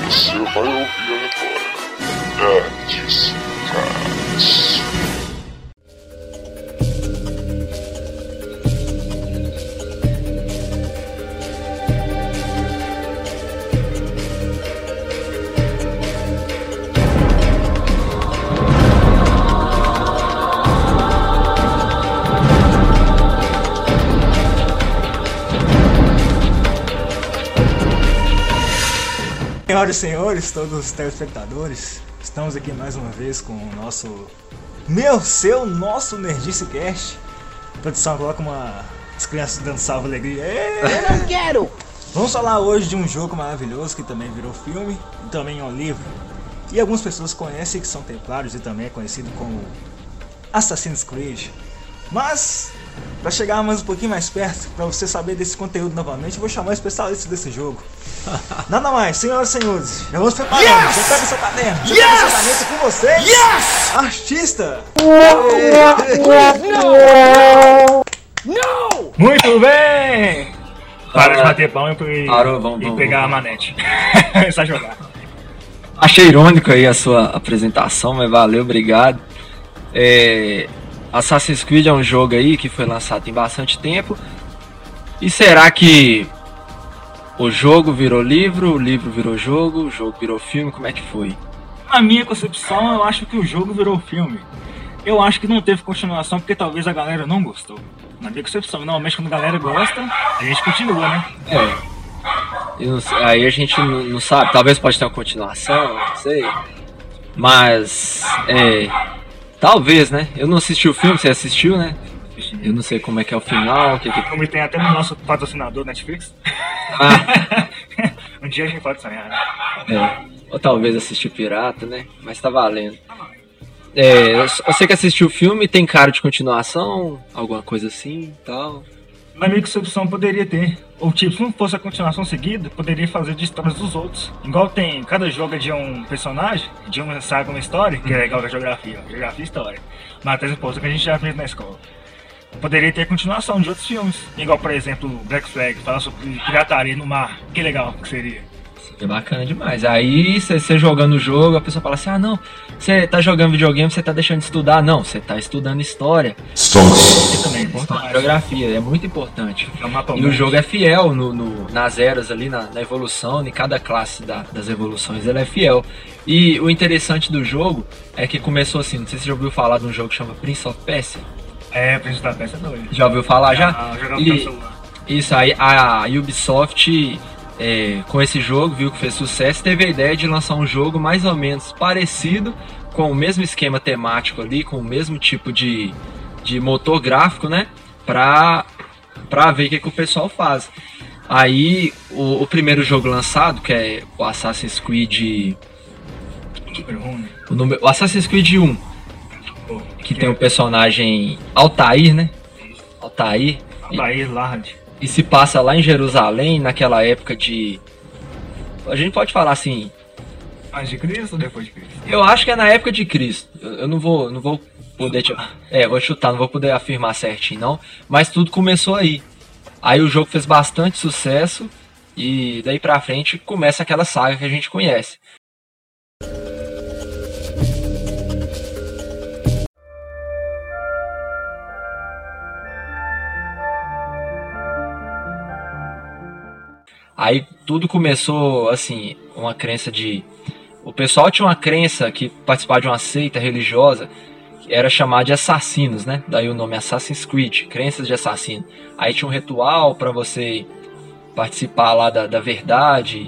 Você vai ouvir agora Nerds Cats. Senhoras e senhores, todos os telespectadores, estamos aqui mais uma vez com o nosso nosso Nerdice Cast. A produção coloca as crianças dando salve alegria. Eu não quero! Vamos falar hoje de um jogo maravilhoso que também virou filme e também é um livro. E algumas pessoas conhecem que são templários e também é conhecido como Assassin's Creed. Mas, para chegar mais um pouquinho mais perto, para você saber desse conteúdo novamente, eu vou chamar o especialista desse jogo. Nada mais, senhoras e senhores, já vamos preparando. Yes! Você pega seu caderno, Yes! você pega seu caneta com vocês. Yes! Artista! Não! Muito bem! Para de bater pão e Vamos. pegar a manete. Começar a jogar. Achei irônico aí a sua apresentação, mas valeu, obrigado. Assassin's Creed é um jogo aí que foi lançado tem bastante tempo. E será que o jogo virou livro, o livro virou jogo, o jogo virou filme? Como é que foi? Na minha concepção, eu acho que o jogo virou filme. Eu acho que não teve continuação porque talvez a galera não gostou. Na minha concepção, normalmente quando a galera gosta, a gente continua, né? Eu não sei, aí a gente não sabe, talvez pode ter uma continuação, não sei. Mas, talvez, né? Eu não assisti o filme, você assistiu, né? Eu não sei como é que é o final, o que. Como tem até no nosso patrocinador Netflix. Ah. Um dia a gente pode sonhar, né? Ou talvez assistir pirata, né? Mas tá valendo. Eu sei que assistiu o filme, tem cara de continuação, alguma coisa assim, tal. Na minha concepção poderia ter. Ou tipo, se não fosse a continuação seguida, poderia fazer de histórias dos outros. Igual tem, cada jogo é de um personagem, de uma saga, uma história, que é igual a geografia e história. Matéria imposta que a gente já fez na escola. Poderia ter continuação de outros filmes. Igual, por exemplo, Black Flag, fala sobre pirataria no mar. Que legal que seria. É bacana demais. Aí você jogando o jogo, a pessoa fala assim: ah, não, você tá jogando videogame, você tá deixando de estudar. Não, você tá estudando história. Isso também é importante. Geografia, é muito importante. E o jogo é fiel nas eras ali, na evolução, em cada classe das evoluções ele é fiel. E o interessante do jogo é que começou assim, não sei se você já ouviu falar de um jogo que chama Prince of Persia. Prince of Persia é doido. Já ouviu falar já? Celular. Isso aí, a Ubisoft, com esse jogo, viu que fez sucesso, teve a ideia de lançar um jogo mais ou menos parecido, com o mesmo esquema temático ali, com o mesmo tipo de motor gráfico, né? Pra ver o que o pessoal faz. Aí, o primeiro jogo lançado, que é o Assassin's Creed... O Assassin's Creed 1. Que tem o personagem Altair, né? Altair Lard. E se passa lá em Jerusalém, naquela época de... A gente pode falar assim... Antes de Cristo ou depois de Cristo? Eu acho que é na época de Cristo. Eu não vou poder... vou chutar, não vou poder afirmar certinho, não. Mas tudo começou aí. Aí o jogo fez bastante sucesso. E daí pra frente começa aquela saga que a gente conhece. Aí tudo começou, assim, uma crença de... O pessoal tinha uma crença que participar de uma seita religiosa era chamada de assassinos, né? Daí o nome Assassin's Creed, crenças de assassino. Aí tinha um ritual para você participar lá da verdade,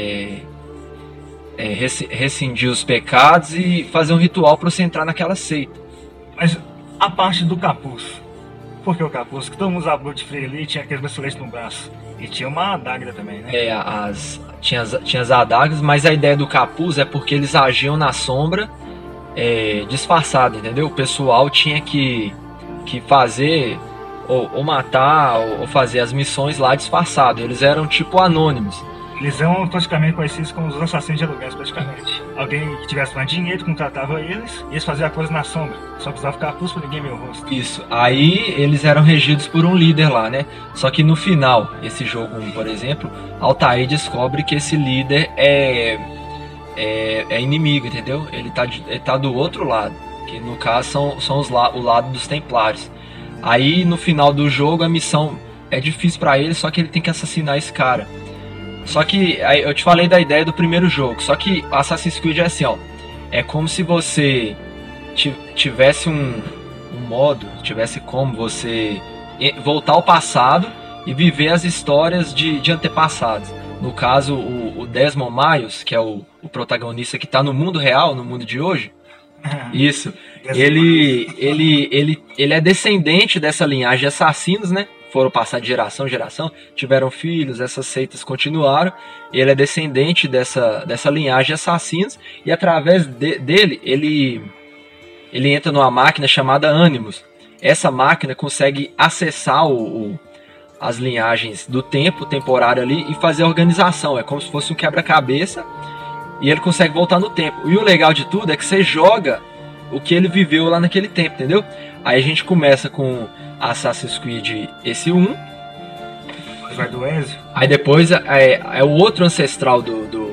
rescindir os pecados e fazer um ritual para você entrar naquela seita. Mas a parte do capuz, por que o capuz? Que todo mundo usava Blood Free ali, tinha aqueles braceletes no braço. E tinha uma adaga também, né? Tinha as adagas, mas a ideia do capuz é porque eles agiam na sombra disfarçado, entendeu? O pessoal tinha que fazer ou matar ou fazer as missões lá disfarçado. Eles eram tipo anônimos. Eles eram praticamente conhecidos como os assassinos de aluguéis, praticamente. Alguém que tivesse mais dinheiro contratava eles e eles faziam a coisa na sombra. Só precisava ficar capuz pra ninguém ver o rosto. Isso. Aí eles eram regidos por um líder lá, né? Só que no final, esse jogo 1, por exemplo, Altair descobre que esse líder é é inimigo, entendeu? Ele tá do outro lado, que no caso são o lado dos Templários. Aí no final do jogo a missão é difícil pra ele, só que ele tem que assassinar esse cara. Só que aí eu te falei da ideia do primeiro jogo, só que Assassin's Creed é assim, ó, é como se você tivesse um modo, tivesse como você voltar ao passado e viver as histórias de antepassados. No caso, o Desmond Miles, que é o protagonista que está no mundo real, no mundo de hoje, isso, ele é descendente dessa linhagem de assassinos, né? Foram passar de geração em geração, tiveram filhos, essas seitas continuaram. Ele é descendente dessa linhagem de assassinos e através dele, ele entra numa máquina chamada Animus. Essa máquina consegue acessar as linhagens do tempo temporário ali e fazer a organização. É como se fosse um quebra-cabeça e ele consegue voltar no tempo. E o legal de tudo é que você joga o que ele viveu lá naquele tempo, entendeu? Aí a gente começa com Assassin's Creed esse 1. Vai do Ezio. Aí depois é o outro ancestral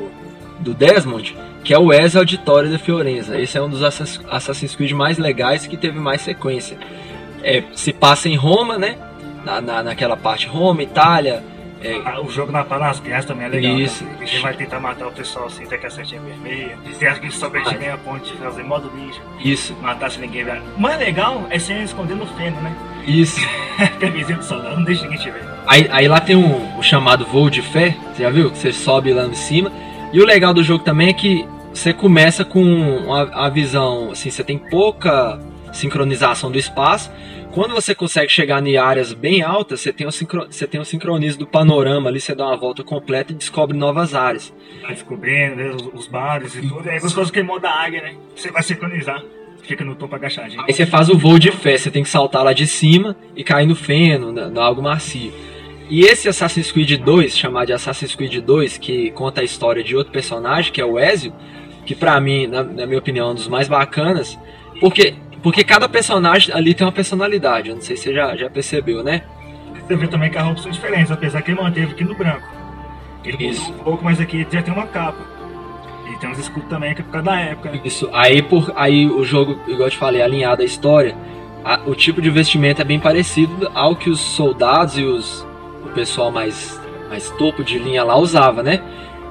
do Desmond, que é o Ezio Auditore da Fiorenza. Esse é um dos Assassin's Creed mais legais que teve mais sequência. Se passa em Roma, né? Naquela parte Roma, Itália. O jogo nas guerras também é legal. Isso. Tá? Ele vai tentar matar o pessoal assim, até que a setinha vermelha. Você acha que sobrevive a ponte, fazer modo ninja. Isso. Matar se ninguém ver. O mais legal é você esconder no feno, né? Isso. Permisinho do soldado, não deixa ninguém te ver. Aí lá tem o chamado voo de fé, você já viu? Você sobe lá em cima. E o legal do jogo também é que você começa com a visão, assim, você tem pouca sincronização do espaço. Quando você consegue chegar em áreas bem altas, você tem um sincronismo do panorama ali, você dá uma volta completa e descobre novas áreas. Vai descobrindo, né, os bares e tudo. É gostoso que moda águia, né? Você vai sincronizar. Fica no topo agachadinho. Aí você faz o voo de fé, você tem que saltar lá de cima e cair no feno, no algo macio. E esse Assassin's Creed 2, chamado de Assassin's Creed 2, que conta a história de outro personagem, que é o Ezio, que pra mim, na minha opinião, é um dos mais bacanas, porque cada personagem ali tem uma personalidade, eu não sei se você já percebeu, né? Você vê também que as roupas são diferentes, apesar que ele manteve aqui no branco. Ele mudou um pouco, mas aqui já tem uma capa. E tem uns escudos também que é por causa da época. Né? Isso, aí o jogo, igual eu te falei, alinhado à história, o tipo de vestimento é bem parecido ao que os soldados e o pessoal mais topo de linha lá usava, né?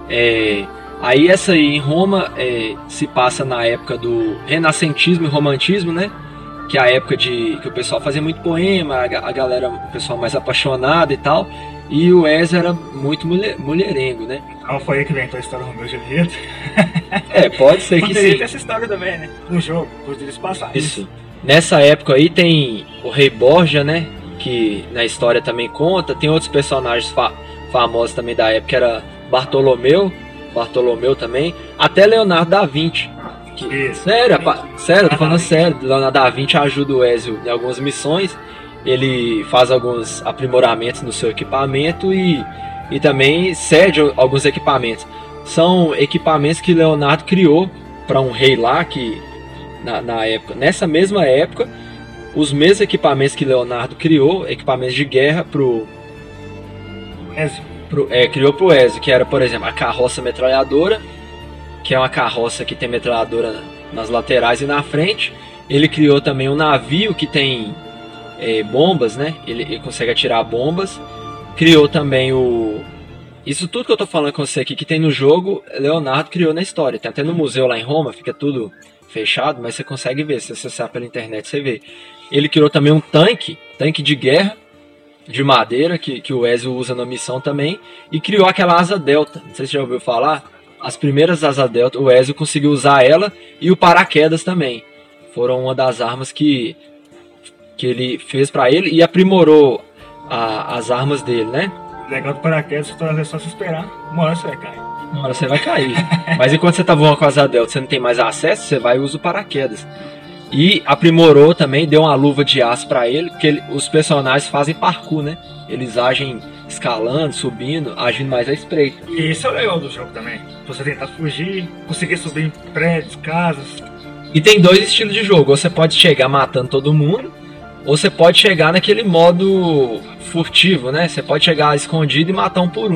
Aí essa aí em Roma se passa na época do renascentismo e romantismo, né? Que é a época que o pessoal fazia muito poema, a galera, o pessoal mais apaixonado e tal. E o Ezio era muito mulherengo, né? Então foi aí que inventou a história do Romeu e Julieta. Pode ser que poderia sim. ter essa história também, né? No jogo, depois deles passarem. Isso. Nessa época aí tem o Rei Borgia, né? Que na história também conta. Tem outros personagens famosos também da época, que era Bartolomeu também. Até Leonardo da Vinci. Sério, tô falando sério. Leonardo da Vinci ajuda o Ezio em algumas missões. Ele faz alguns aprimoramentos no seu equipamento e também cede alguns equipamentos. São equipamentos que Leonardo criou para um rei lá que na época, nessa mesma época, os mesmos equipamentos que Leonardo criou, equipamentos de guerra pro Ezio. Criou pro Ezio, que era, por exemplo, a carroça metralhadora, que é uma carroça que tem metralhadora nas laterais e na frente. Ele criou também um navio que tem bombas, né? Ele consegue atirar bombas. Criou também isso tudo que eu tô falando com você aqui que tem no jogo, Leonardo criou na história. Tem até no museu lá em Roma, fica tudo fechado, mas você consegue ver, se você acessar pela internet você vê. Ele criou também um tanque de guerra de madeira que o Ezio usa na missão também, e criou aquela asa delta. Não sei se você já ouviu falar. As primeiras asas delta, o Ezio conseguiu usar ela, e o paraquedas também. Foram uma das armas que ele fez pra ele e aprimorou as armas dele, né? Legal do paraquedas, é só se esperar. Uma hora você vai cair. Uma hora você vai cair. Mas enquanto você tá voando com a asa delta, você não tem mais acesso, você vai e usa o paraquedas. E aprimorou também, deu uma luva de aço pra ele, porque os personagens fazem parkour, né? Eles agem escalando, subindo, agindo mais à espreita. E esse é o legal do jogo também. Você tentar fugir, conseguir subir em prédios, casas. E tem dois estilos de jogo. Ou você pode chegar matando todo mundo, ou você pode chegar naquele modo furtivo, né? Você pode chegar escondido e matar um por um.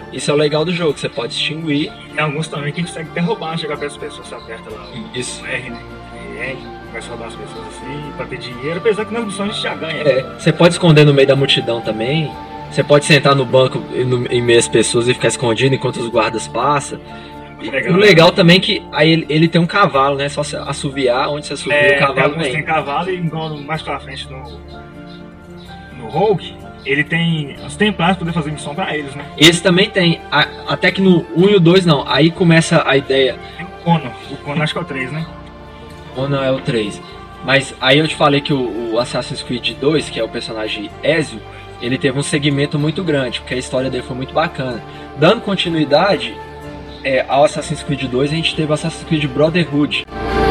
Isso é o legal do jogo, você pode extinguir. Tem alguns também que conseguem derrubar, chegar perto das pessoas, você aperta lá Isso. o R, né? R, começa a roubar as pessoas assim, pra ter dinheiro, apesar que nas missões a gente já ganha. Você pode esconder no meio da multidão também. Você pode sentar no banco em meio às pessoas e ficar escondido enquanto os guardas passam. O legal também é que aí ele tem um cavalo, né? Só assoviar, onde você assovia o cavalo vem. Tem cavalo e igual mais pra frente no Rogue, ele tem os templários pra poder fazer missão pra eles, né? Esse também tem, até que no 1 e o 2 não. Aí começa a ideia. Tem o Cono acho que é o 3, né? Ou não é o 3. Mas aí eu te falei que o Assassin's Creed 2, que é o personagem Ezio, ele teve um segmento muito grande, porque a história dele foi muito bacana. Dando continuidade ao Assassin's Creed 2, a gente teve o Assassin's Creed Brotherhood.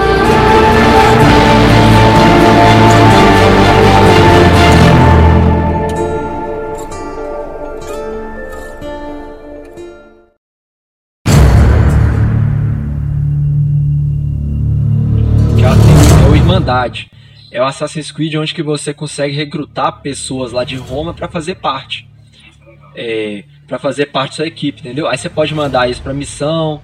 É o Irmandade. É o Assassin's Creed onde que você consegue recrutar pessoas lá de Roma para fazer parte. Para fazer parte da sua equipe, entendeu? Aí você pode mandar isso pra missão.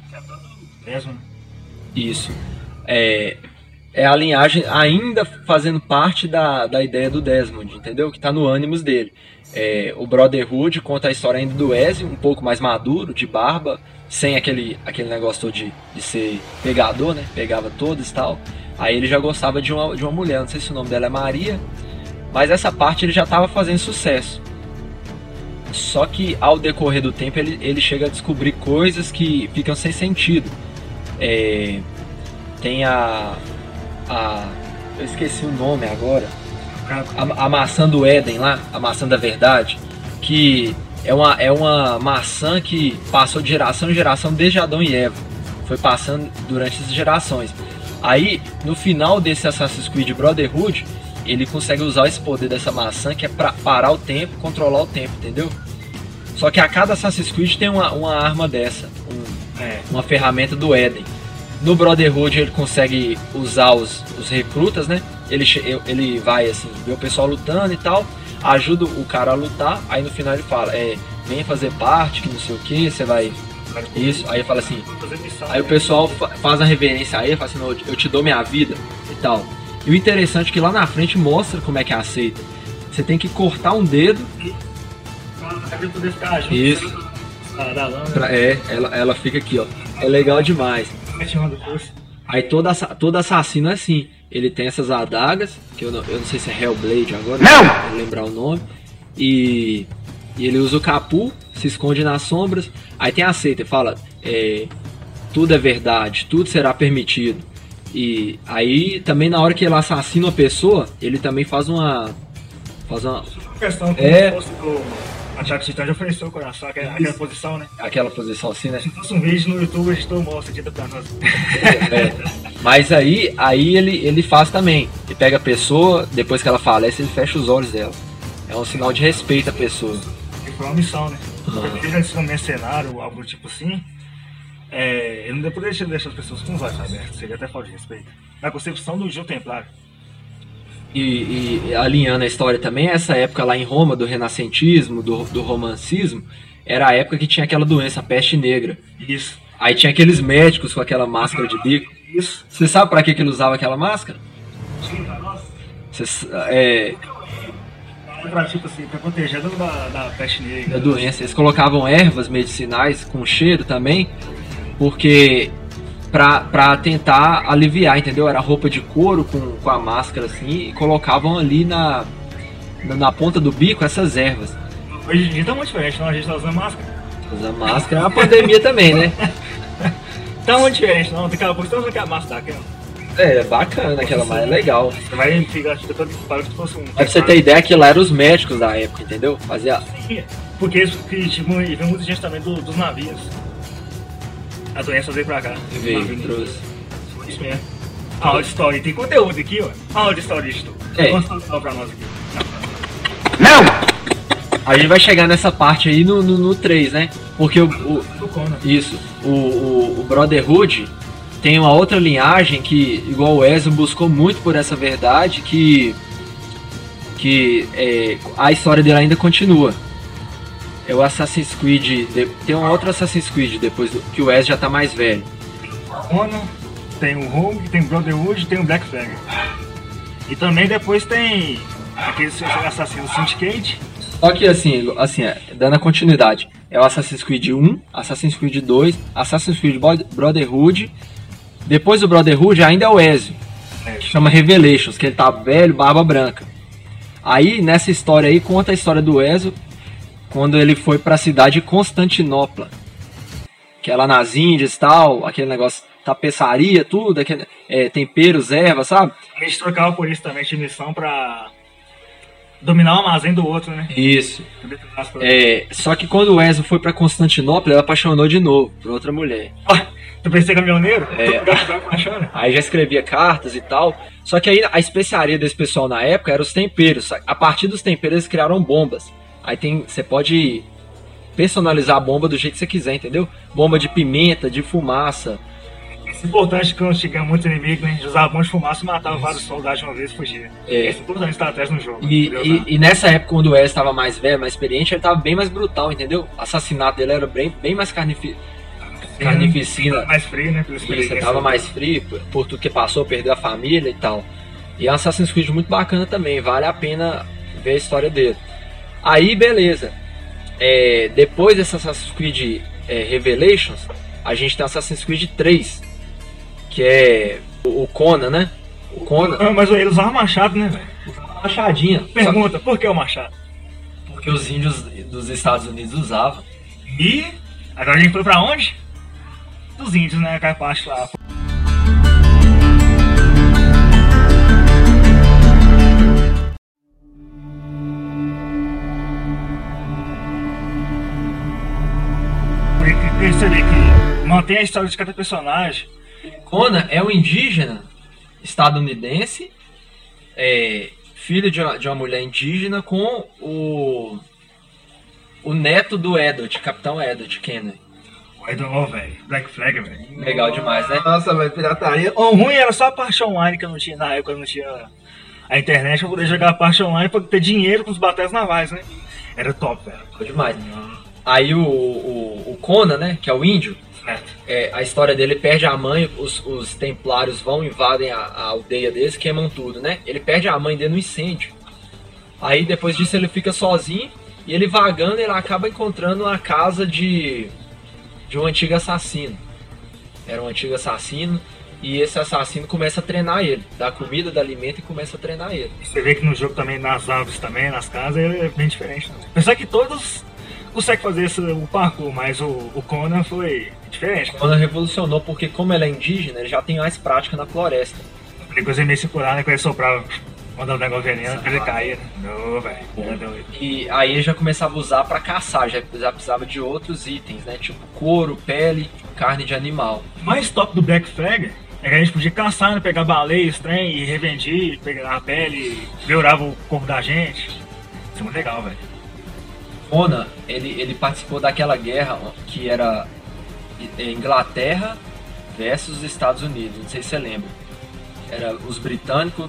Isso. É a linhagem ainda fazendo parte da ideia do Desmond, entendeu? Que tá no ânimos dele. O Brotherhood conta a história ainda do Ezio, um pouco mais maduro, de barba, sem aquele negócio todo de ser pegador, né? Pegava todos e tal. Aí ele já gostava de uma mulher, não sei se o nome dela é Maria, mas essa parte ele já estava fazendo sucesso. Só que ao decorrer do tempo ele chega a descobrir coisas que ficam sem sentido. Tem eu esqueci o nome agora. A maçã do Éden lá, a maçã da verdade, que é uma maçã que passou de geração em geração desde Adão e Eva. Foi passando durante as gerações. Aí, no final desse Assassin's Creed Brotherhood, ele consegue usar esse poder dessa maçã, que é pra parar o tempo, controlar o tempo, entendeu? Só que a cada Assassin's Creed tem uma arma dessa, uma ferramenta do Éden. No Brotherhood ele consegue usar os recrutas, né? Ele vai assim, vê o pessoal lutando e tal, ajuda o cara a lutar, aí no final ele fala, vem fazer parte, que não sei o que, você vai... Isso, aí fala assim, aí o pessoal faz a reverência a ele, fala assim, não, eu te dou minha vida e tal. E o interessante é que lá na frente mostra como é que é aceita. Você tem que cortar um dedo. Isso. Ela fica aqui, ó. É legal demais. Aí todo assassino é assim. Ele tem essas adagas, que eu não sei se é Hellblade agora, não vou lembrar o nome. E ele usa o capu, se esconde nas sombras. Aí tem a seita, fala, tudo é verdade, tudo será permitido. E aí também na hora que ele assassina uma pessoa, ele também faz uma questão que fosse do Ataque Titã já ofereceu o coração, aquela posição, né? Aquela posição assim, né? Se fosse um vídeo no YouTube, a gente mostra aqui pra nós. Mas aí ele faz também. Ele pega a pessoa, depois que ela falece, ele fecha os olhos dela. É um sinal de respeito à pessoa. E foi uma missão, né? Porque ele já um mercenário, algo tipo assim. Ele não poderia deixar as pessoas com os olhos abertos, seria até falta de respeito. Na concepção do Gil Templário. E alinhando a história também, essa época lá em Roma, do renascentismo, do romancismo, era a época que tinha aquela doença, a peste negra. Isso. Aí tinha aqueles médicos com aquela máscara de bico. Isso. Você sabe pra que ele usava aquela máscara? Sim, pra nós. Tipo assim, pra proteger da peste negra. Da doença. Eles colocavam ervas medicinais com cheiro também, porque pra tentar aliviar, entendeu? Era roupa de couro com a máscara assim, e colocavam ali na ponta do bico essas ervas. Hoje em dia tá muito diferente, não? A gente tá usando máscara. Usando máscara é uma pandemia também, né? Tá muito diferente, não? Tem aquela posição que a máscara daquela. É bacana, aquela mais é legal. Você vai ficar todo para que fosse um. Pra você ter ideia, aquilo lá eram os médicos da época, entendeu? Fazia. Sim, porque isso que tipo, e vem muita gente também dos navios. A doença veio pra cá. Veio, trouxe. Isso mesmo. Aula de história. Tem conteúdo aqui, ó. Aula de história de estudo. Vamos pra nós aqui. Não! A gente vai chegar nessa parte aí no 3, né? Porque o Brotherhood tem uma outra linhagem que, igual o Ezio, buscou muito por essa verdade, que a história dele ainda continua. É o Assassin's Creed. Tem um outro Assassin's Creed depois que o Ezio já tá mais velho. Conan, tem o Rogue, tem o Brotherhood, tem o Black Flag. E também depois tem aqueles assassinos Syndicate. Só que assim, dando a continuidade, é o Assassin's Creed 1, Assassin's Creed 2, Assassin's Creed Brotherhood. Depois do Brotherhood ainda é o Ezio, que chama Revelations, que ele tá velho, barba branca. Aí nessa história aí conta a história do Ezio quando ele foi pra cidade de Constantinopla, que é lá nas Índias e tal, aquele negócio, tapeçaria, tudo, aquele, temperos, ervas, sabe? A gente trocava por isso também de missão pra dominar o armazém do outro, né? Isso. Só que quando o Ezio foi pra Constantinopla, ele apaixonou de novo por outra mulher. Tu pensei caminhoneiro? Aí já escrevia cartas e tal. Só que aí a especiaria desse pessoal na época era os temperos. A partir dos temperos eles criaram bombas. Aí você pode personalizar a bomba do jeito que você quiser, entendeu? Bomba de pimenta, de fumaça. É importante que quando chegava muito inimigo, né? Usava bomba de fumaça e matava vários soldados de uma vez e fugia. É importante estratégia no jogo. E nessa época, quando o Ezio estava mais velho, mais experiente, ele estava bem mais brutal, entendeu? O assassinato dele era bem mais carnificina. Mais frio, né? Ele tava mais frio, por tudo que passou, perdeu a família e tal. E é um Assassin's Creed muito bacana também, vale a pena ver a história dele. Aí, beleza. Depois desse Assassin's Creed Revelations, a gente tem o Assassin's Creed 3, que é o Conan, né? O Conan. Mas ele usava machado, né, velho? Machadinha. Pergunta, por que o machado? Porque os índios dos Estados Unidos usavam. E agora a gente foi pra onde? Dos índios, né? Aquela parte lá. Você vê que mantém a história de cada personagem. Conan é um indígena estadunidense, filho de uma mulher indígena com o neto do Edward, Capitão Edward Kenway. Velho, Black Flag, velho. Legal demais, né? Nossa, velho, pirataria. O ruim era só a parte online que eu não tinha na época, eu não tinha a internet, eu poder jogar a parte online pra ter dinheiro com os batalhas navais, né? Era top, velho. Legal demais. Aí o Conan, né, que é o índio, a história dele perde a mãe, os templários vão, invadem a aldeia deles, queimam tudo, né? Ele perde a mãe dele no incêndio. Aí depois disso ele fica sozinho e ele vagando, ele acaba encontrando a casa de um antigo assassino. Era um antigo assassino e esse assassino começa a treinar ele, dá comida, dá alimento e começa a treinar ele. Você vê que no jogo também, nas árvores também, nas casas, ele é bem diferente. Apesar que todos conseguem fazer o parkour, mas o Conan foi diferente. O Conan revolucionou porque como ele é indígena, ele já tem mais prática na floresta. Depois ele meio se curar, né, quando ele soprava, mandando o negócio veneno, ele caía. Não, velho. E aí ele já começava a usar pra caçar, já precisava de outros itens, né? Tipo couro, pele, carne de animal. O mais top do Black Flag é que a gente podia caçar, né? Pegar baleia, trem e revendir, pegar a pele, melhorava o corpo da gente. Isso é muito legal, velho. Conan, ele participou daquela guerra que era Inglaterra versus Estados Unidos, não sei se você lembra. Era os britânicos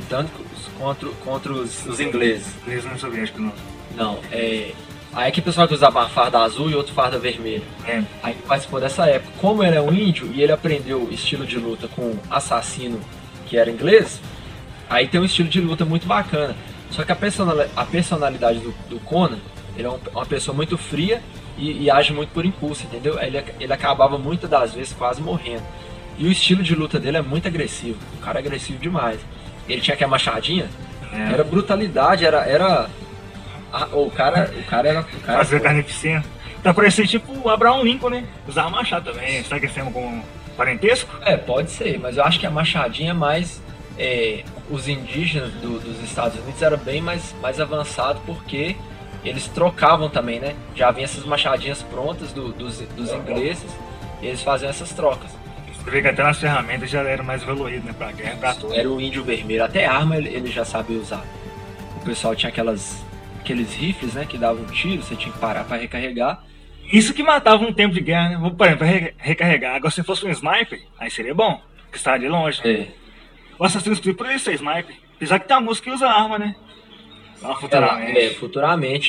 contra os ingleses. Ingleses não soviéticos, não. Não, aí que o pessoal que usava uma farda azul e outro farda vermelha. Aí participou dessa época. Como ele é um índio e ele aprendeu estilo de luta com um assassino que era inglês, aí tem um estilo de luta muito bacana. Só que a personalidade do Conan, ele é uma pessoa muito fria e age muito por impulso, entendeu? Ele acabava muitas das vezes quase morrendo. E o estilo de luta dele é muito agressivo. O cara é agressivo demais. Ele tinha aquela machadinha, era brutalidade, o cara era... Fazer carnificina. Tá parecendo tipo o Abraham Lincoln, né? Usava machado também. Será que eles têm algum parentesco? Pode ser, mas eu acho que a machadinha é mais... os indígenas dos Estados Unidos eram bem mais avançados porque eles trocavam também, né? Já vinha essas machadinhas prontas dos ingleses e eles faziam essas trocas. Você vê que até nas ferramentas já era mais evoluído, né? Pra guerra, pra tudo. Era o índio vermelho, até arma ele já sabia usar. O pessoal tinha aqueles rifles, né? Que davam um tiro, você tinha que parar pra recarregar. Isso que matava um tempo de guerra, né? Por exemplo, pra recarregar. Agora se fosse um sniper, aí seria bom, porque estaria de longe. O Assassin's Creed poderia ser sniper. Apesar que tem uma música que usa arma, né? Futuramente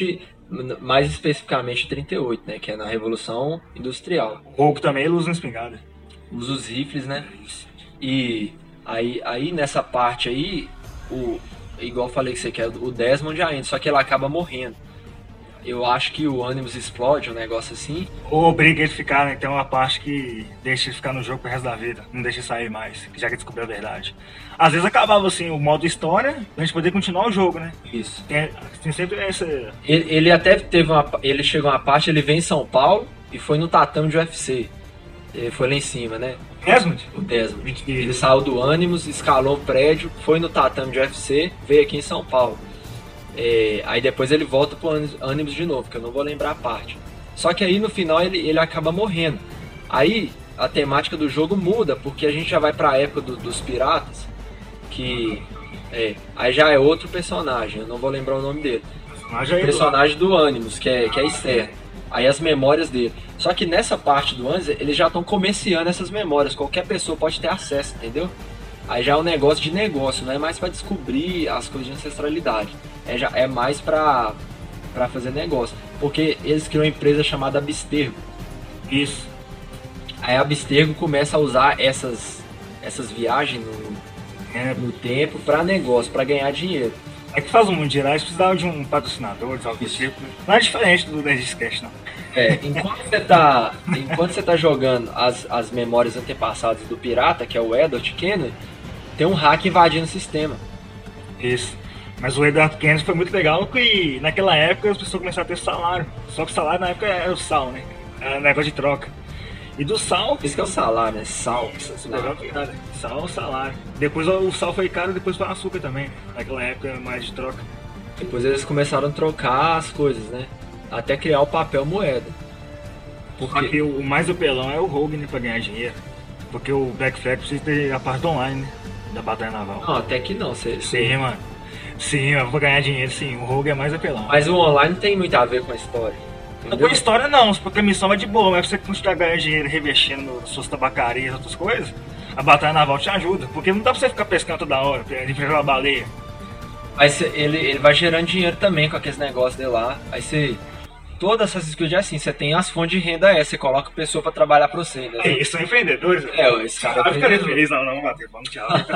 mais especificamente 38, né? Que é na Revolução Industrial. O Hulk também ele usa uma espingarda. Usa os rifles, né? E aí nessa parte aí, igual eu falei que você quer, o Desmond ainda, só que ele acaba morrendo. Eu acho que o Animus explode, um negócio assim. Ou obriga ele a ficar, né? Tem uma parte que deixa ele ficar no jogo pro resto da vida. Não deixa ele sair mais, já que descobriu a verdade. Às vezes acabava assim o modo história, pra gente poder continuar o jogo, né? Isso. Tem sempre essa... Ele até teve ele chegou a uma parte, ele veio em São Paulo e foi no tatame de UFC. Ele foi lá em cima, né? Desmond? O Desmond. Ele saiu do Animus, escalou o prédio, foi no tatame de UFC, veio aqui em São Paulo. Aí depois ele volta pro Animus de novo, que eu não vou lembrar a parte. Só que aí no final ele acaba morrendo. Aí a temática do jogo muda, porque a gente já vai pra época dos piratas, que aí já é outro personagem, eu não vou lembrar o nome dele. O personagem do Animus, que é externo. Aí as memórias dele. Só que nessa parte do Animus, eles já estão comerciando essas memórias, qualquer pessoa pode ter acesso, entendeu? Aí já é um negócio de negócio, não é mais pra descobrir as coisas de ancestralidade. É mais pra fazer negócio. Porque eles criam uma empresa chamada Abstergo. Isso. Aí a Abstergo começa a usar essas viagens no tempo pra negócio, pra ganhar dinheiro. É que faz um mundo geral, eles precisavam de um patrocinador, de algo tipo. Não é diferente do Nerdcast, não. Enquanto você tá jogando as memórias antepassadas do pirata, que é o Edward Kenway, tem um hack invadindo o sistema. Isso. Mas o Edward Kenway foi muito legal, que naquela época as pessoas começaram a ter salário. Só que o salário na época era o sal, né? Era um negócio de troca. E do sal... Isso que é o salário, né? Sal. Sal é o salário. Depois o sal foi caro, depois foi o açúcar também. Naquela época mais de troca. Depois eles começaram a trocar as coisas, né? Até criar o papel moeda. Só que o mais apelão é o Rogue, né? Pra ganhar dinheiro. Porque o Black Flag precisa ter a parte online, né? Da batalha naval. Não, até que não. Sim, mano. Sim, eu vou ganhar dinheiro, sim. O Rogue é mais apelão. Mas o online tem muito a ver com a história. Não com a história não, porque a missão é de boa, mas você continuar ganhando dinheiro revestindo suas tabacarias e outras coisas, a batalha naval te ajuda, porque não dá pra você ficar pescando toda hora, enfrentar uma baleia. Mas ele vai gerando dinheiro também com aqueles negócios de lá. Aí você... Todas essas skills é assim, você tem as fontes de renda, você coloca pessoa pra trabalhar pra você, né? Eles são empreendedores. Esse cara é empreendedor. Feliz, não, bater, vamos te raiva.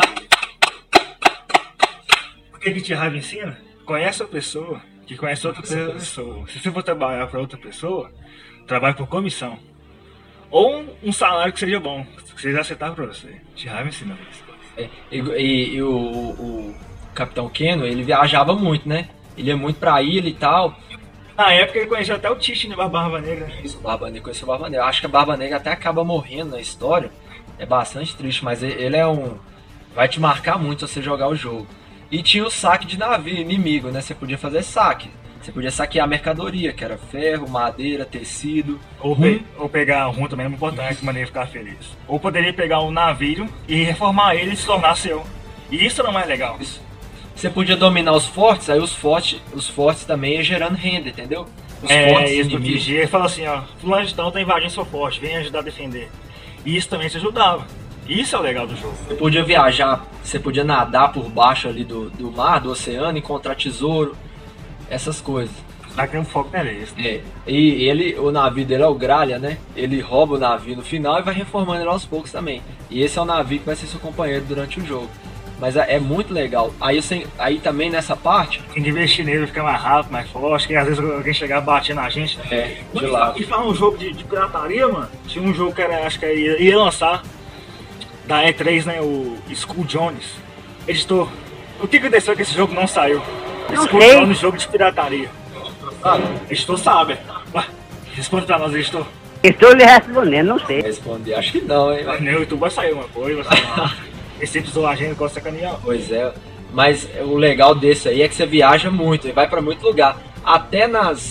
Por que te raiva ensina? Conhece a pessoa que conhece outra pessoa. Se você for trabalhar para outra pessoa, trabalhe por comissão. Ou um salário que seja bom, que seja aceitável para você. Te raiva ensina isso. E o Capitão Kenway, ele viajava muito, né? Ele ia muito pra ilha e tal. Na época ele conhecia até o Tite, né? Barba Negra. Isso, Barba Negra, conheceu o Barba Negra. Acho que a Barba Negra até acaba morrendo na história. É bastante triste, mas ele é vai te marcar muito se você jogar o jogo. E tinha o saque de navio inimigo, né? Você podia fazer saque. Você podia saquear a mercadoria, que era ferro, madeira, tecido. Ou pegar rum também, não importa que maneira ficar feliz. Ou poderia pegar um navio e reformar ele e se tornar seu. E isso era o mais legal. Isso. Você podia dominar os fortes, aí os fortes também iam gerando renda, entendeu? Os fortes inimigos. E fala assim, ó, fulano de tal tá invadindo seu forte, vem ajudar a defender. E isso também te ajudava. Isso é o legal do jogo. Você podia viajar, você podia nadar por baixo ali do mar, do oceano, encontrar tesouro, essas coisas. Naquele foco não era isso. Né? E o navio dele é o Gralha, né? Ele rouba o navio no final e vai reformando ele aos poucos também. E esse é o navio que vai ser seu companheiro durante o jogo. Mas é muito legal. Aí também nessa parte... Tem que investir nele, ficar mais rápido, mais forte, que às vezes alguém chegar batendo na gente. De lado. E fala um jogo de pirataria, mano. Tinha um jogo que acho que ia lançar da E3, né? O Skull Jones. Editor, o que aconteceu que esse jogo não saiu? Skull Jones, jogo de pirataria. Editor sabe. Responde pra nós, editor. Estou lhe respondendo, não sei. Responder, acho que não, hein? No YouTube vai sair uma coisa, vai sair uma... Esse episódio a gente gosta de sacanear. Pois é, mas o legal desse aí é que você viaja muito, e vai pra muito lugar. Até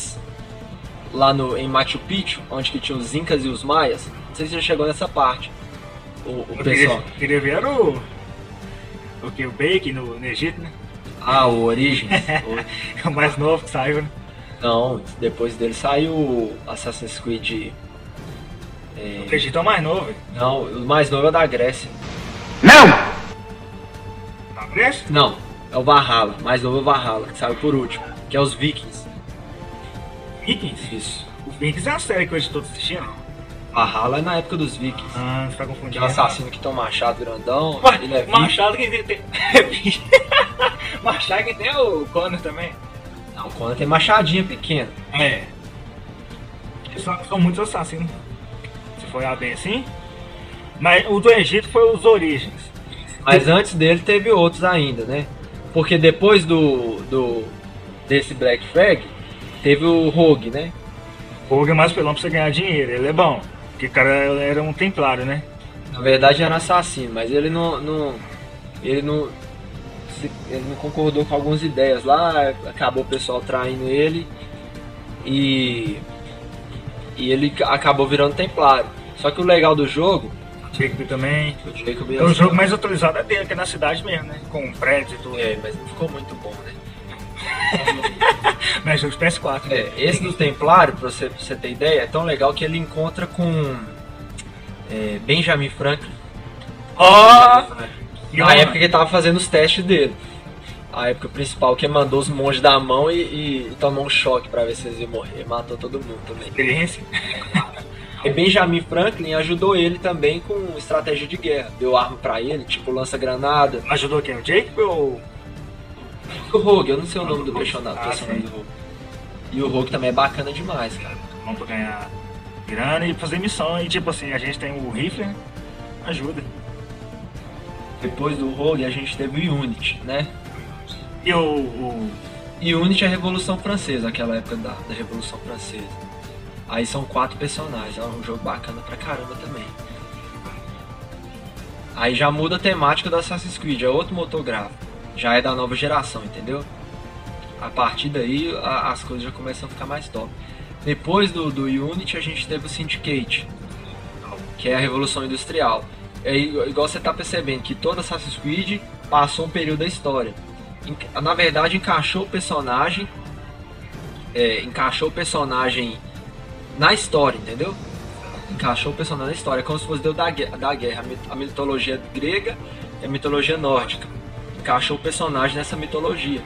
lá em Machu Picchu, onde que tinha os Incas e os Maias, não sei se já chegou nessa parte. O pessoal. Queria ver o Bake no Egito, né? O Origins. O mais novo que saiu, né? Não, depois dele saiu o Assassin's Creed. O Egito é o mais novo. Não, o mais novo é o da Grécia. Não! Da Grécia? Não, é o Valhalla, mais novo é o Valhalla, que saiu por último, que é os Vikings. Vikings? Isso. O Vikings é uma série que hoje todos assistindo. Valhalla é na época dos Vikings. Ah, você tá Que confundindo. é um assassino que tem um machado grandão. Ué, Ele é viking. Machado que tem. Machado que tem o Conan também. Não, quando tem machadinha pequena. É. São muitos assassinos. Se for olhar bem assim. Mas o do Egito foi os Origens. Mas antes dele teve outros ainda, né? Porque depois desse Black Flag, teve o Rogue, né? O Rogue é mais pelão pra você ganhar dinheiro. Ele é bom. Porque o cara era um templário, né? Na verdade era um assassino, mas ele não concordou com algumas ideias lá, acabou o pessoal traindo ele e ele acabou virando templário. Só que o legal do jogo, Jacob também. o Jacob É o jogo mais atualizado é dele, que é na cidade mesmo, né? Com prédios e tudo. mas não ficou muito bom, né? Mas jogo de PS4. Né? Esse do Templário, pra você ter ideia, é tão legal que ele encontra com Benjamin Franklin. Ó! Na época que ele tava fazendo os testes dele. A época principal, que ele mandou os monges da mão e tomou um choque pra ver se eles iam morrer. Matou todo mundo também. Experiência. E Benjamin Franklin ajudou ele também com estratégia de guerra. Deu arma pra ele, tipo lança-granada. Ajudou quem? O Jacob ou... O Rogue, eu não sei o nome do personagem sim. do Rogue. E o Rogue também é bacana demais, cara. Vamos pra ganhar grana e fazer missão. E tipo assim, a gente tem o rifle, né? Ajuda. Depois do Rogue a gente teve o Unity, né? E o E Unity é a Revolução Francesa, aquela época da Revolução Francesa. Aí são 4 personagens, é um jogo bacana pra caramba também. Aí já muda a temática do Assassin's Creed, é outro motor gráfico. Já é da nova geração, entendeu? A partir daí as coisas já começam a ficar mais top. Depois do Unity a gente teve o Syndicate, que é a Revolução Industrial. É igual você tá percebendo que todo Assassin's Creed passou um período da história. Na verdade encaixou o personagem na história, entendeu? Encaixou o personagem na história, como se fosse Deus da guerra, a mitologia grega e a mitologia nórdica. Encaixou o personagem nessa mitologia.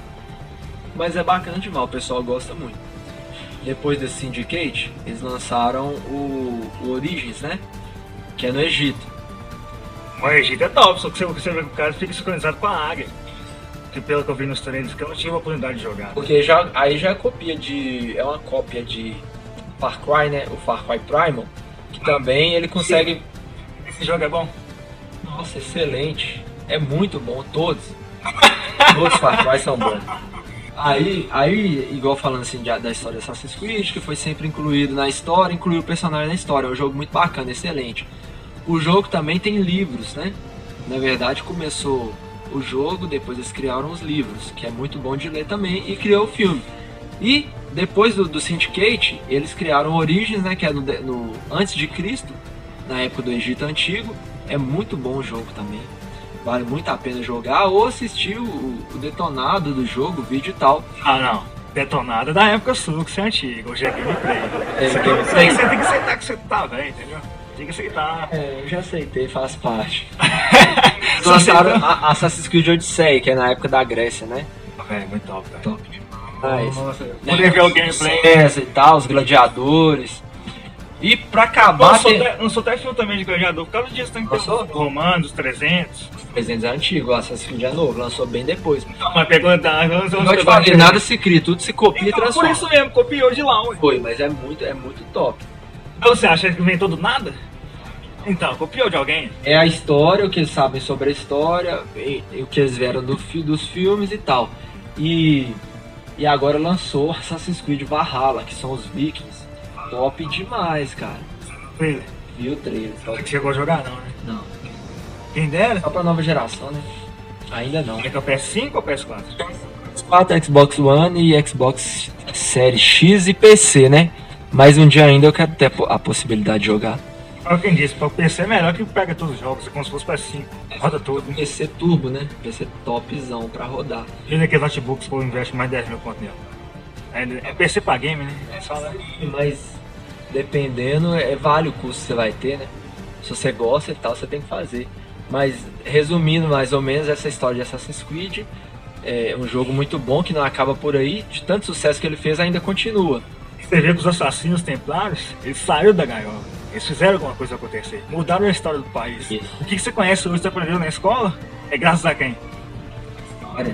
Mas é bacana demais, o pessoal gosta muito. Depois desse Syndicate, eles lançaram o Origins, né? Que é no Egito. O Egito é top, só que você vê que o cara fica sincronizado com a águia. Que pelo que eu vi nos treinos, que eu não tive a oportunidade de jogar. Porque aí já é uma cópia de Far Cry, né? O Far Cry Primal. Que também ele consegue... Esse jogo é bom? Nossa, excelente. É muito bom, todos. Todos os Far Cry são bons. Aí, igual falando assim da história de Assassin's Creed, que foi sempre incluído na história, incluiu o personagem na história. É um jogo muito bacana, excelente. O jogo também tem livros, né? Na verdade, começou o jogo, depois eles criaram os livros, que é muito bom de ler também, e criou o filme. E depois do Syndicate, eles criaram Origins, né? Que é no antes de Cristo, na época do Egito Antigo. É muito bom o jogo também. Vale muito a pena jogar ou assistir o detonado do jogo, o vídeo e tal. Ah, não. Detonado é da época sua, que você é antigo. Hoje é gameplay. Gameplay. Você tem que aceitar que você tá velho, entendeu? Tem que aceitar. Eu já aceitei, faz parte. Lançaram Assassin's Creed Odyssey, que é na época da Grécia, né? Velho, muito top, velho. Top demais. Nossa, poder ver o gameplay. E tal, os gladiadores. E pra acabar... Lançou até filme também de gladiador, por causa disso, tem que ter os romanos, 300. 300 é antigo, o Assassin's Creed é novo, lançou bem depois. Não, mas pegou da... Não te falei, nada se cria, tudo se copia e transforma. Por isso mesmo, copiou de lá, ué. Foi, mas é muito top. Então você acha que inventou do nada? Então, copiou de alguém? É a história, o que eles sabem sobre a história, e o que eles vieram dos filmes e tal. E agora lançou Assassin's Creed Valhalla, que são os Vikings. Top demais, cara. Trailer. Viu o trailer. Você que chegou a jogar não, né? Não. Quem dera? Só pra nova geração, né? Ainda não. É que é o PS5 ou PS4? PS4, Xbox One e Xbox Series X e PC, né? Mas um dia ainda eu quero ter a possibilidade de jogar. Olha quem disse, para o PC é melhor que pega todos os jogos, é como se fosse PS5. Roda tudo. PC turbo, né? PC topzão pra rodar. E naquele notebook, você investe mais 10 mil conto nele. É PC pra game, né? É só, né? Mas dependendo, vale o custo que você vai ter, né? Se você gosta e tal, você tem que fazer. Mas resumindo mais ou menos essa história de Assassin's Creed, é um jogo muito bom que não acaba por aí. De tanto sucesso que ele fez, ainda continua. Você vê que os assassinos templários, eles saíram da gaiola. Eles fizeram alguma coisa acontecer. Mudaram a história do país. Isso. O que você conhece hoje, você aprendeu na escola, é graças a quem? História.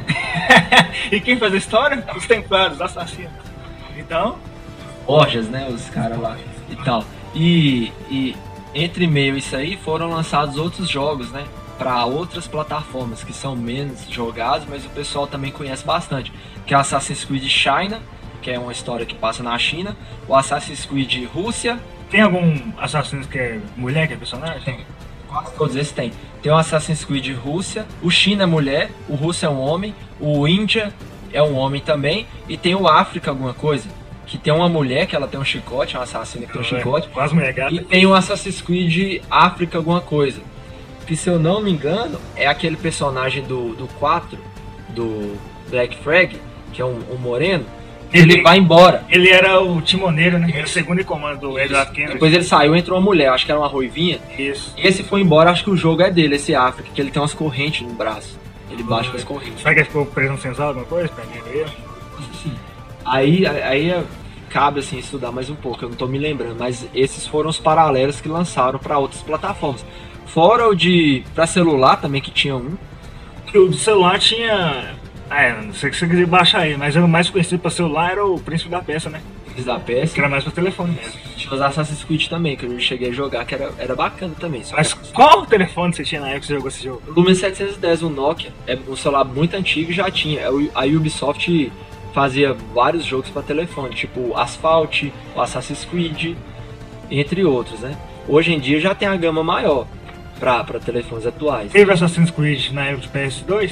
E quem faz a história? Os templários, os assassinos. Então... Borjas, né? Os caras lá e tal. E entre meio isso aí foram lançados outros jogos, né? Para outras plataformas que são menos jogados, mas o pessoal também conhece bastante. Que é o Assassin's Creed China, que é uma história que passa na China. O Assassin's Creed Rússia. Tem algum Assassin's que é mulher, que é personagem? Tem. Quase todos esses tem. Tem o Assassin's Creed Rússia, o China é mulher, o Russo é um homem, o Índia é um homem também, e tem o África alguma coisa, que tem uma mulher que ela tem um chicote, uma assassina que tem um chicote, quase mulher gata. E tem o Assassin's Creed África alguma coisa, que se eu não me engano é aquele personagem do 4, do Black Flag, que é um moreno. Ele vai embora. Ele era o timoneiro, né? Era o segundo em comando do Edward Kenway. Depois ele saiu, entrou uma mulher, acho que era uma ruivinha. Isso. Esse foi embora, acho que o jogo é dele, esse África, que ele tem umas correntes no braço. Ele baixa com as correntes. Será que ele ficou preso no senzala, alguma coisa? Perdendo ele? Sim. Aí cabe assim estudar mais um pouco, eu não tô me lembrando, mas esses foram os paralelos que lançaram para outras plataformas. Fora o de pra celular também, que tinha um. O do celular tinha... não sei se você quiser baixar aí, mas o mais conhecido pra celular era o Príncipe da Peça, né? Príncipe da Peça. Que era mais pro telefone mesmo. Tinha os Assassin's Creed também, que eu cheguei a jogar, que era bacana também. Mas qual telefone você tinha na época que você jogou esse jogo? O Lumia 710, o Nokia, é um celular muito antigo e já tinha. A Ubisoft fazia vários jogos pra telefone, tipo Asphalt, o Assassin's Creed, entre outros, né? Hoje em dia já tem a gama maior pra telefones atuais. Teve Assassin's Creed na época de PS2?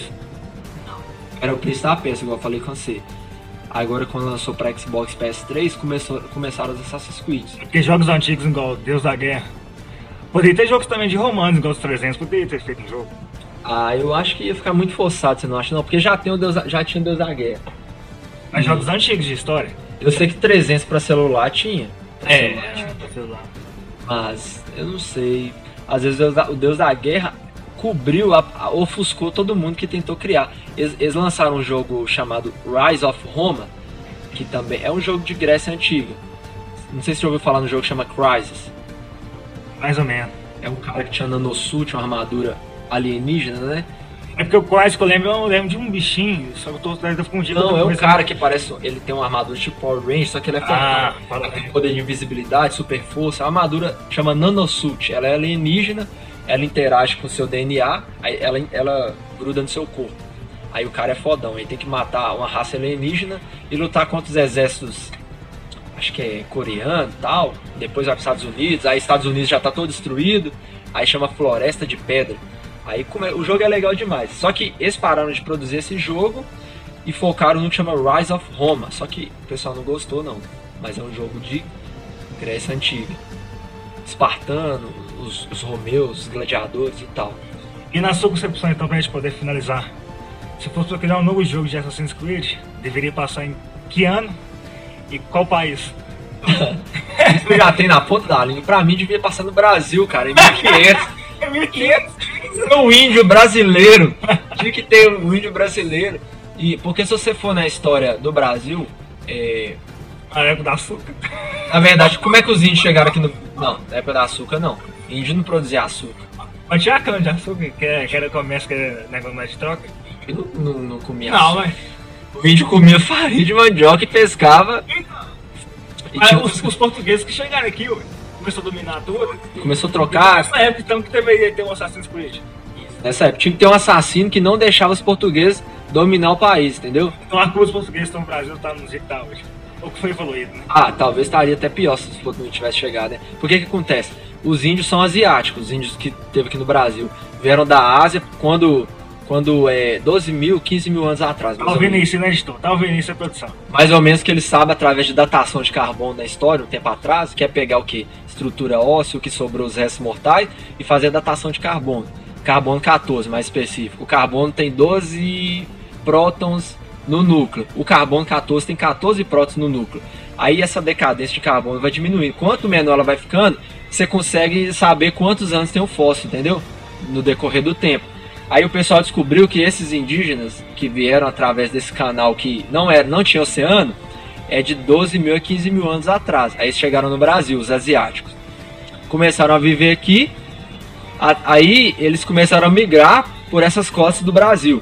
Era o Príncipe da Peça, igual eu falei com você. Agora, quando lançou pra Xbox e PS3, começaram os Assassin's Creed. Porque jogos antigos, igual Deus da Guerra. Poderia ter jogos também de romanos, igual os 300, poderia ter feito um jogo. Eu acho que ia ficar muito forçado, você não acha? Não, porque já tinha o Deus da Guerra. Mas jogos antigos de história? Eu sei que 300 pra celular tinha. Pra celular. Mas, eu não sei. Às vezes o Deus da Guerra cobriu, ofuscou todo mundo que tentou criar. Eles lançaram um jogo chamado Rise of Roma, que também é um jogo de Grécia Antiga. Não sei se você ouviu falar no jogo que chama Crysis. Mais ou menos. É um cara que tinha nanosuit, uma armadura alienígena, né? É porque o Crysis que eu lembro de um bichinho, só que eu tô confundindo. Não, é um cara que parece... Ele tem uma armadura tipo Power Ranger, só que ele é fortão. Tem poder de invisibilidade, super força. A armadura chama nanosuit, ela é alienígena. Ela interage com o seu DNA, aí ela gruda no seu corpo. Aí o cara é fodão, aí tem que matar uma raça alienígena e lutar contra os exércitos, acho que é coreano e tal. Depois vai para os Estados Unidos, aí Estados Unidos já tá todo destruído, aí chama Floresta de Pedra. Aí o jogo é legal demais. Só que eles pararam de produzir esse jogo e focaram no que chama Rise of Roma. Só que o pessoal não gostou não, mas é um jogo de Grécia Antiga. Espartano, os romeus, os gladiadores e tal. E na sua concepção, então, pra gente poder finalizar, se fosse pra criar um novo jogo de Assassin's Creed, deveria passar em que ano e qual país? Isso já tem na ponta da língua. Pra mim devia passar no Brasil, cara, em 1500. É 1500? O índio brasileiro. Tinha que ter um índio brasileiro. E porque se você for na história do Brasil, Na época da açúcar. Na verdade, como é que os índios chegaram aqui no... Não, na época da açúcar não. Índio não produzia açúcar. Mas tinha a cana de açúcar, que era comércio, que era negócio mais de troca. Eu não comia Não, açúcar. mas... O índio comia farinha de mandioca e pescava. E Mas tinha- os portugueses que chegaram aqui, ué, começou a dominar tudo. Começou a trocar. Nessa época, então, que deveria ter um Assassin's Creed. Nessa época tinha que ter um assassino que não deixava os portugueses dominar o país, entendeu? Então a culpa dos portugueses estão no Brasil, tá no jeito que tá hoje. O que foi evoluído, né? Talvez estaria até pior se os portugueses tivessem chegado, né? Porque que acontece? Os índios são asiáticos, os índios que teve aqui no Brasil. Vieram da Ásia quando 12 mil, 15 mil anos atrás. Tá ouvindo isso, né, editor? Tá ouvindo isso, é produção. Mais ou menos que eles sabem através de datação de carbono na história, um tempo atrás, que é pegar o que? Estrutura óssea, o que sobrou os restos mortais, e fazer a datação de carbono. Carbono 14, mais específico. O carbono tem 12 prótons no núcleo. O carbono 14 tem 14 prótons no núcleo. Aí essa decadência de carbono vai diminuindo. Quanto menor ela vai ficando, você consegue saber quantos anos tem o fóssil, entendeu? No decorrer do tempo. Aí o pessoal descobriu que esses indígenas que vieram através desse canal que não tinha oceano, é de 12 mil a 15 mil anos atrás. Aí eles chegaram no Brasil, os asiáticos. Começaram a viver aqui, aí eles começaram a migrar por essas costas do Brasil.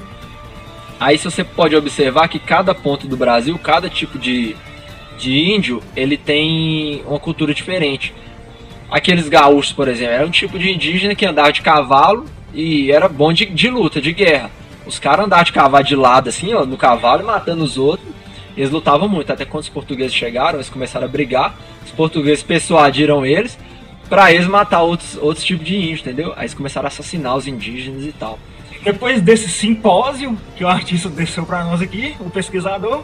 Aí você pode observar que cada ponto do Brasil, cada tipo de índio, ele tem uma cultura diferente. Aqueles gaúchos, por exemplo, era um tipo de indígena que andava de cavalo e era bom de luta, de guerra. Os caras andavam de cavalo de lado, assim, ó, no cavalo e matando os outros. Eles lutavam muito, até quando os portugueses chegaram, eles começaram a brigar. Os portugueses persuadiram eles pra eles matar outros tipos de índio, entendeu? Aí eles começaram a assassinar os indígenas e tal. Depois desse simpósio que o artista desceu pra nós aqui, o pesquisador,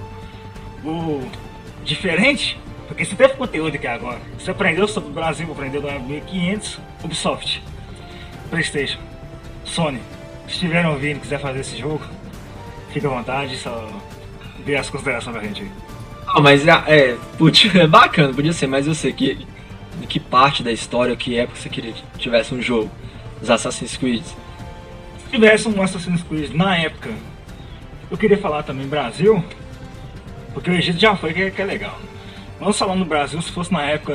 o diferente, porque você teve conteúdo aqui agora. Você aprendeu sobre o Brasil, aprendeu do 1500, Ubisoft, PlayStation, Sony. Se estiverem ouvindo e quiser fazer esse jogo, fica à vontade, só dê as considerações pra gente aí. Ah, mas é bacana, podia ser, mas eu sei que parte da história, que época você queria que tivesse um jogo dos Assassin's Creed. Se tivesse um Assassin's Creed na época, eu queria falar também Brasil, porque o Egito já foi, que é legal. Vamos falar no Brasil, se fosse na época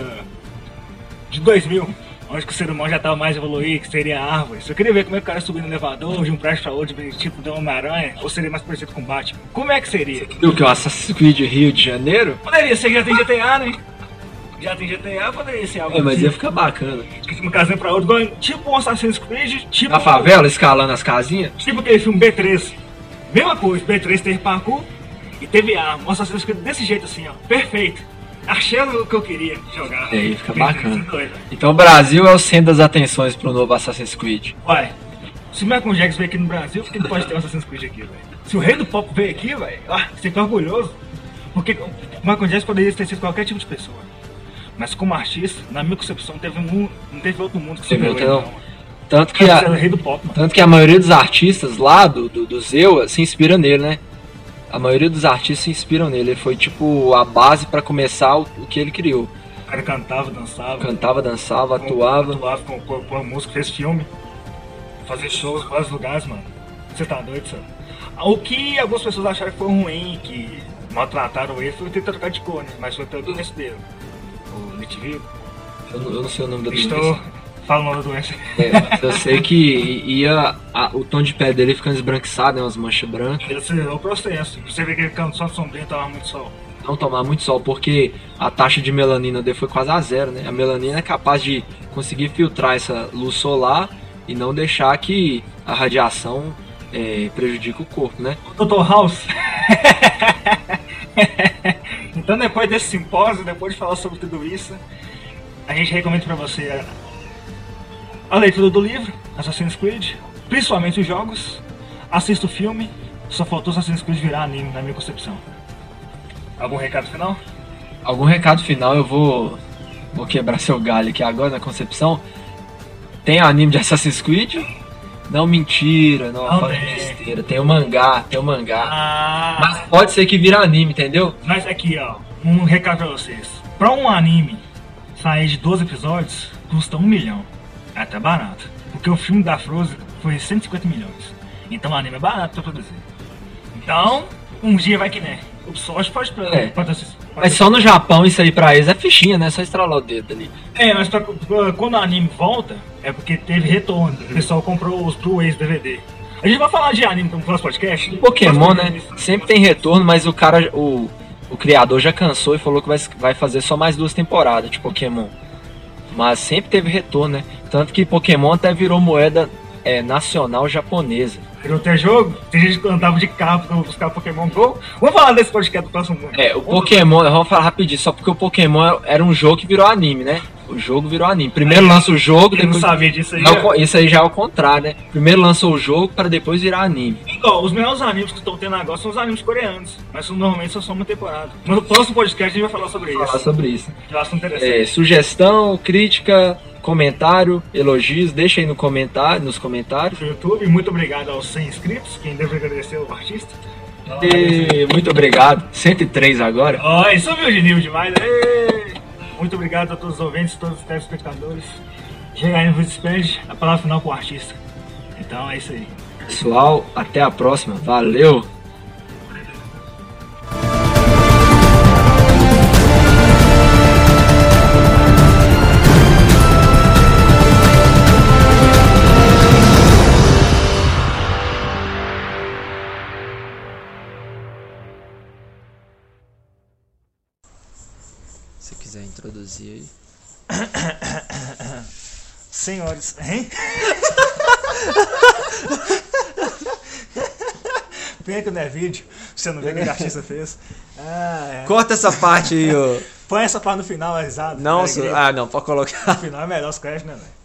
de 2000, onde que o ser humano já estava mais evoluído, que seria árvores. Eu queria ver como é que o cara subia no elevador de um prédio para outro, tipo de Homem-Aranha, ou seria mais parecido com Batman. Como é que seria? O que? O Assassin's Creed Rio de Janeiro? Poderia ser que já tem GTA, né? Já tem GTA, poderia ser algo mas ia ficar bacana. De uma casinha pra outra, tipo um Assassin's Creed, tipo... Na favela, escalando as casinhas? Tipo aquele filme B3. Mesma coisa, B3 teve parkour e teve arma. Um Assassin's Creed desse jeito assim, ó. Perfeito. Achei o que eu queria jogar. E aí fica bacana. Então o Brasil é o centro das atenções pro novo Assassin's Creed. Ué, se o Michael Jackson veio aqui no Brasil, por que não pode ter um Assassin's Creed aqui, velho? Se o rei do pop veio aqui, velho, você fica orgulhoso. Porque o Michael Jackson poderia ter sido qualquer tipo de pessoa. Mas como artista, na minha concepção, não teve outro mundo que superou ele, não. Tanto que a maioria dos artistas lá do Zewa se inspira nele, né? A maioria dos artistas se inspiram nele. Ele foi tipo a base pra começar o que ele criou. O cara cantava, dançava. Atuava. Com a música, fez filme. Fazer shows em vários lugares, mano. Você tá doido, sabe? O que algumas pessoas acharam que foi ruim, que maltrataram ele, foi ter trocado de cor, né? Mas foi pela doença dele. O Nitivigo. Eu não sei o nome da doença. Estou falando da doença. Eu sei que o tom de pele dele ficando esbranquiçado, né? Umas manchas brancas. Ele acelerou o processo. Você vê que ele ficando só sombrio, tomava muito sol. Não tomar muito sol, porque a taxa de melanina dele foi quase a zero, né? A melanina é capaz de conseguir filtrar essa luz solar e não deixar que a radiação prejudique o corpo, né? Dr. House. Então, depois desse simpósio, depois de falar sobre tudo isso, a gente recomenda pra você a leitura do livro Assassin's Creed, principalmente os jogos. Assista o filme. Só faltou Assassin's Creed virar anime, na minha concepção. Algum recado final? Algum recado final? Eu vou quebrar seu galho aqui agora na concepção. Tem anime de Assassin's Creed? Não, mentira, não fala besteira. Tem o mangá. Mas pode ser que vira anime, entendeu? Mas aqui, ó, um recado pra vocês. Pra um anime sair de 12 episódios, custa 1 milhão. É até barato. Porque o filme da Frozen foi 150 milhões. Então o anime é barato pra produzir. Então, um dia vai que nem. O Ubisoft pode mas só no Japão isso aí pra eles é fichinha, né? Só estralar o dedo ali. Mas quando o anime volta, é porque teve retorno. O pessoal comprou os Blu-rays DVD. A gente vai falar de anime no próximo podcast. O Pokémon, né? Sempre tem retorno, mas o criador já cansou e falou que vai fazer só mais 2 temporadas de Pokémon. Mas sempre teve retorno, né? Tanto que Pokémon até virou moeda nacional japonesa. Virou até jogo? Tem gente que andava de carro pra buscar Pokémon GO. Vamos falar desse podcast do próximo mundo. O Pokémon, vamos falar rapidinho, só porque o Pokémon era um jogo que virou anime, né? O jogo virou anime. Primeiro lança o jogo, depois... não sabia disso aí. Isso aí já é o contrário, né? Primeiro lança o jogo pra depois virar anime. Igual, os melhores animes que estão tendo agora são os animes coreanos. Mas normalmente só são uma temporada. Mas no próximo podcast a gente vai falar sobre isso. Eu acho interessante. Sugestão, crítica, comentário, elogios, deixa aí nos comentários. No YouTube, muito obrigado aos 100 inscritos, quem deve agradecer ao artista. Muito obrigado, 103 agora. Subiu de nível demais. Muito obrigado a todos os ouvintes, todos os telespectadores. Chega aí no Despede, a palavra final com o artista. Então é isso aí. Pessoal, até a próxima. Valeu! Se quiser introduzir aí. Senhores, hein? Pena que não é vídeo, você não vê o que a artista fez. Corta essa parte aí, ô. Põe essa parte no final, a risada. Não, não, pode colocar. No final é melhor os créditos, né, velho?